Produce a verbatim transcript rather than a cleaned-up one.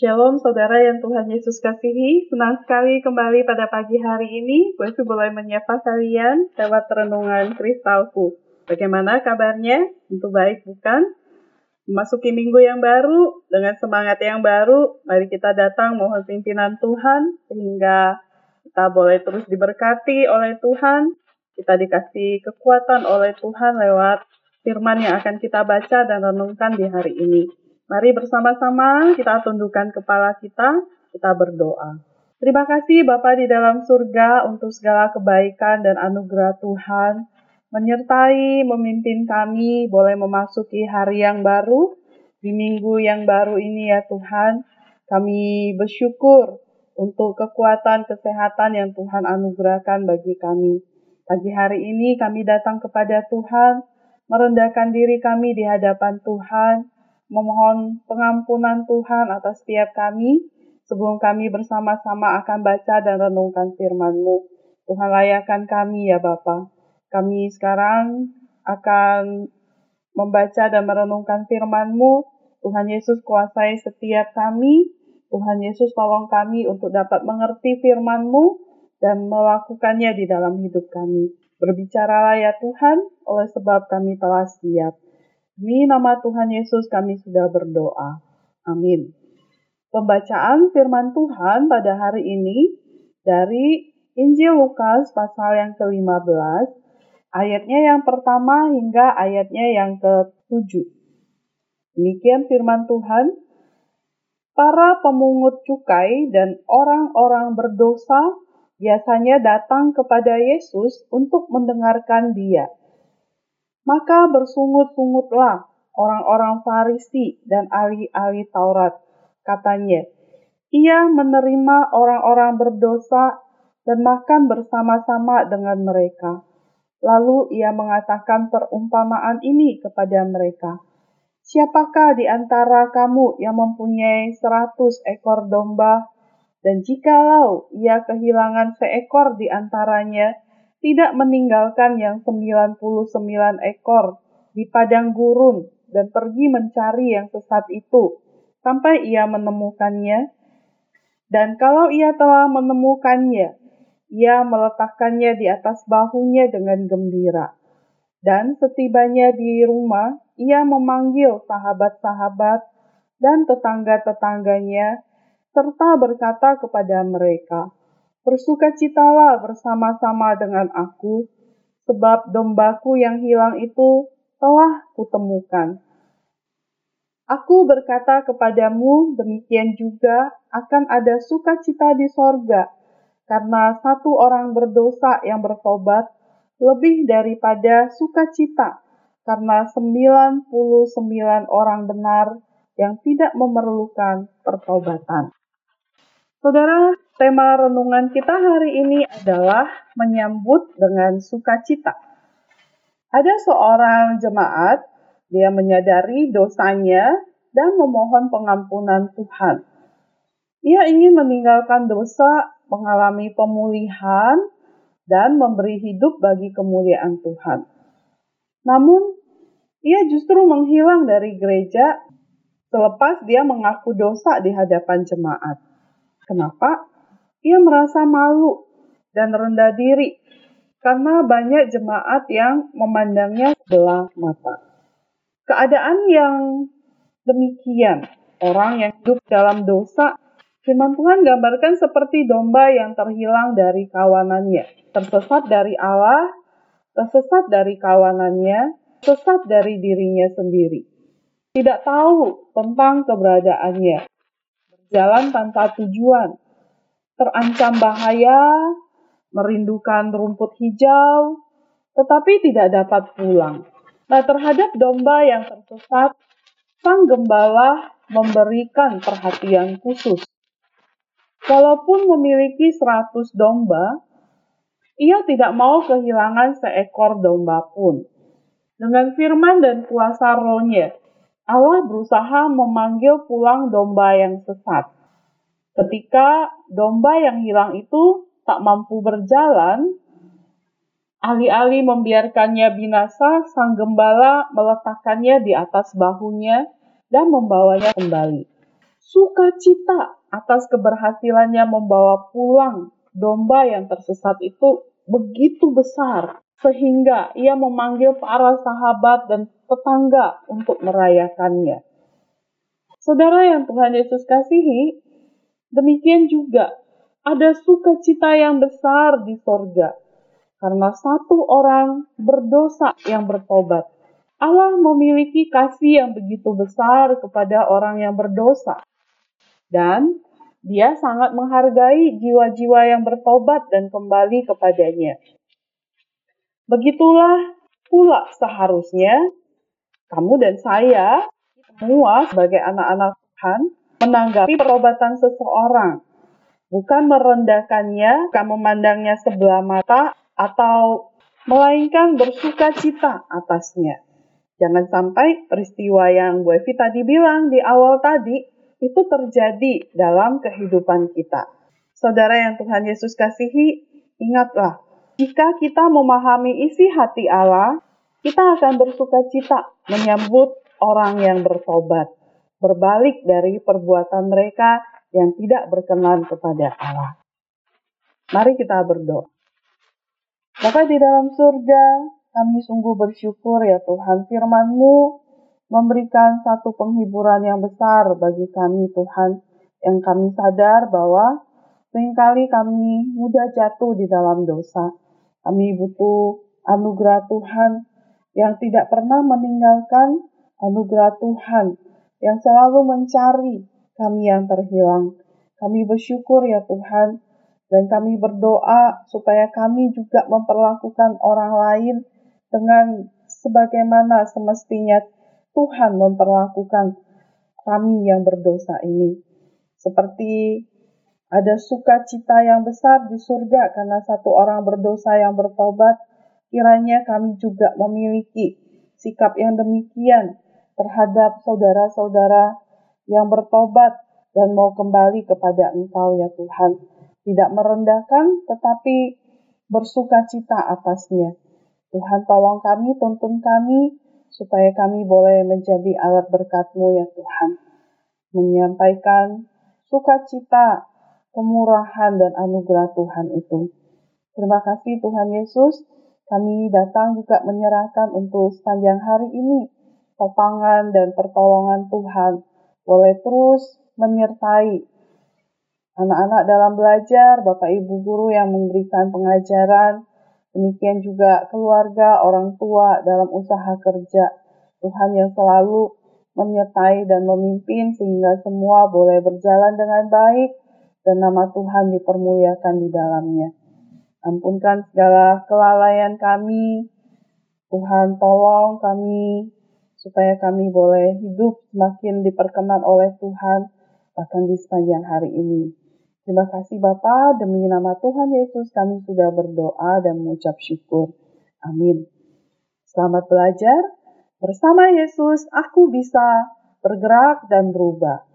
Shalom saudara yang Tuhan Yesus kasihi, senang sekali kembali pada pagi hari ini. Gue boleh menyapa kalian lewat renungan kristalku. Bagaimana kabarnya? Tentu baik bukan? Memasuki minggu yang baru, dengan semangat yang baru, mari kita datang mohon pimpinan Tuhan, sehingga kita boleh terus diberkati oleh Tuhan, kita dikasih kekuatan oleh Tuhan lewat firman yang akan kita baca dan renungkan di hari ini. Mari bersama-sama kita tundukkan kepala kita, kita berdoa. Terima kasih Bapa di dalam surga untuk segala kebaikan dan anugerah Tuhan, menyertai, memimpin kami, boleh memasuki hari yang baru, di minggu yang baru ini ya Tuhan. Kami bersyukur untuk kekuatan kesehatan yang Tuhan anugerahkan bagi kami. Pagi hari ini kami datang kepada Tuhan, merendahkan diri kami di hadapan Tuhan, memohon pengampunan Tuhan atas setiap kami, sebelum kami bersama-sama akan baca dan renungkan firman-Mu. Tuhan layakkan kami ya Bapa. Kami sekarang akan membaca dan merenungkan firman-Mu. Tuhan Yesus kuasai setiap kami. Tuhan Yesus tolong kami untuk dapat mengerti firman-Mu dan melakukannya di dalam hidup kami. Berbicaralah ya Tuhan, oleh sebab kami telah siap. Demi nama Tuhan Yesus kami sudah berdoa. Amin. Pembacaan firman Tuhan pada hari ini dari Injil Lukas pasal yang kelima belas, ayatnya yang pertama hingga ayatnya yang ketujuh. Demikian firman Tuhan. Para pemungut cukai dan orang-orang berdosa biasanya datang kepada Yesus untuk mendengarkan Dia. Maka bersungut-sungutlah orang-orang Farisi dan ahli-ahli Taurat. Katanya, ia menerima orang-orang berdosa dan makan bersama-sama dengan mereka. Lalu ia mengatakan perumpamaan ini kepada mereka. Siapakah di antara kamu yang mempunyai seratus ekor domba, dan jikalau ia kehilangan seekor di antaranya, tidak meninggalkan yang sembilan puluh sembilan ekor di padang gurun dan pergi mencari yang sesat itu sampai ia menemukannya. Dan kalau ia telah menemukannya, ia meletakkannya di atas bahunya dengan gembira. Dan setibanya di rumah, ia memanggil sahabat-sahabat dan tetangga-tetangganya serta berkata kepada mereka, bersukacitalah bersama-sama dengan aku, sebab dombaku yang hilang itu telah kutemukan. Aku berkata kepadamu, demikian juga akan ada sukacita di sorga, karena satu orang berdosa yang bertobat, lebih daripada sukacita, karena sembilan puluh sembilan orang benar yang tidak memerlukan pertobatan. Saudara, tema renungan kita hari ini adalah menyambut dengan sukacita. Ada seorang jemaat, dia menyadari dosanya dan memohon pengampunan Tuhan. Ia ingin meninggalkan dosa, mengalami pemulihan, dan memberi hidup bagi kemuliaan Tuhan. Namun, ia justru menghilang dari gereja selepas dia mengaku dosa di hadapan jemaat. Kenapa? Ia merasa malu dan rendah diri karena banyak jemaat yang memandangnya sebelah mata. Keadaan yang demikian, orang yang hidup dalam dosa, firman Tuhan gambarkan seperti domba yang terhilang dari kawanannya, tersesat dari Allah, tersesat dari kawanannya, sesat dari dirinya sendiri. Tidak tahu tentang keberadaannya. Jalan tanpa tujuan, terancam bahaya, merindukan rumput hijau, tetapi tidak dapat pulang. Nah, terhadap domba yang tersesat, sang gembala memberikan perhatian khusus. Walaupun memiliki seratus domba, ia tidak mau kehilangan seekor domba pun. Dengan firman dan kuasa rohnya, Allah berusaha memanggil pulang domba yang sesat. Ketika domba yang hilang itu tak mampu berjalan, alih-alih membiarkannya binasa, sang gembala meletakkannya di atas bahunya dan membawanya kembali. Sukacita atas keberhasilannya membawa pulang domba yang tersesat itu begitu besar, sehingga ia memanggil para sahabat dan tetangga untuk merayakannya. Saudara yang Tuhan Yesus kasihi, demikian juga ada sukacita yang besar di sorga, karena satu orang berdosa yang bertobat. Allah memiliki kasih yang begitu besar kepada orang yang berdosa. Dan Dia sangat menghargai jiwa-jiwa yang bertobat dan kembali kepadanya. Begitulah pula seharusnya kamu dan saya, semua sebagai anak-anak Tuhan, menanggapi pertobatan seseorang. Bukan merendahkannya, bukan memandangnya sebelah mata, atau melainkan bersuka cita atasnya. Jangan sampai peristiwa yang Bu Evi tadi bilang di awal tadi, itu terjadi dalam kehidupan kita. Saudara yang Tuhan Yesus kasihi, ingatlah, jika kita memahami isi hati Allah, kita akan bersuka cita menyambut orang yang bertobat, berbalik dari perbuatan mereka yang tidak berkenan kepada Allah. Mari kita berdoa. Bapa di dalam surga, kami sungguh bersyukur ya Tuhan, firman-Mu memberikan satu penghiburan yang besar bagi kami Tuhan, yang kami sadar bahwa seringkali kami mudah jatuh di dalam dosa. Kami butuh anugerah Tuhan yang tidak pernah meninggalkan, anugerah Tuhan yang selalu mencari kami yang terhilang. Kami bersyukur ya Tuhan, dan kami berdoa supaya kami juga memperlakukan orang lain dengan sebagaimana semestinya Tuhan memperlakukan kami yang berdosa ini. Seperti ada sukacita yang besar di surga karena satu orang berdosa yang bertobat, kiranya kami juga memiliki sikap yang demikian terhadap saudara-saudara yang bertobat dan mau kembali kepada Engkau ya Tuhan. Tidak merendahkan, tetapi bersukacita atasnya. Tuhan tolong kami, tuntun kami, supaya kami boleh menjadi alat berkat-Mu ya Tuhan. Menyampaikan sukacita, kemurahan, dan anugerah Tuhan itu. Terima kasih Tuhan Yesus, kami datang juga menyerahkan untuk sepanjang hari ini, topangan dan pertolongan Tuhan, boleh terus menyertai anak-anak dalam belajar, Bapak Ibu Guru yang memberikan pengajaran, demikian juga keluarga, orang tua dalam usaha kerja. Tuhan yang selalu menyertai dan memimpin sehingga semua boleh berjalan dengan baik dan nama Tuhan dipermuliakan di dalamnya. Ampunkan segala kelalaian kami. Tuhan tolong kami supaya kami boleh hidup semakin diperkenan oleh Tuhan bahkan di sepanjang hari ini. Terima kasih Bapa, demi nama Tuhan Yesus kami sudah berdoa dan mengucap syukur. Amin. Selamat belajar. Bersama Yesus, aku bisa bergerak dan berubah.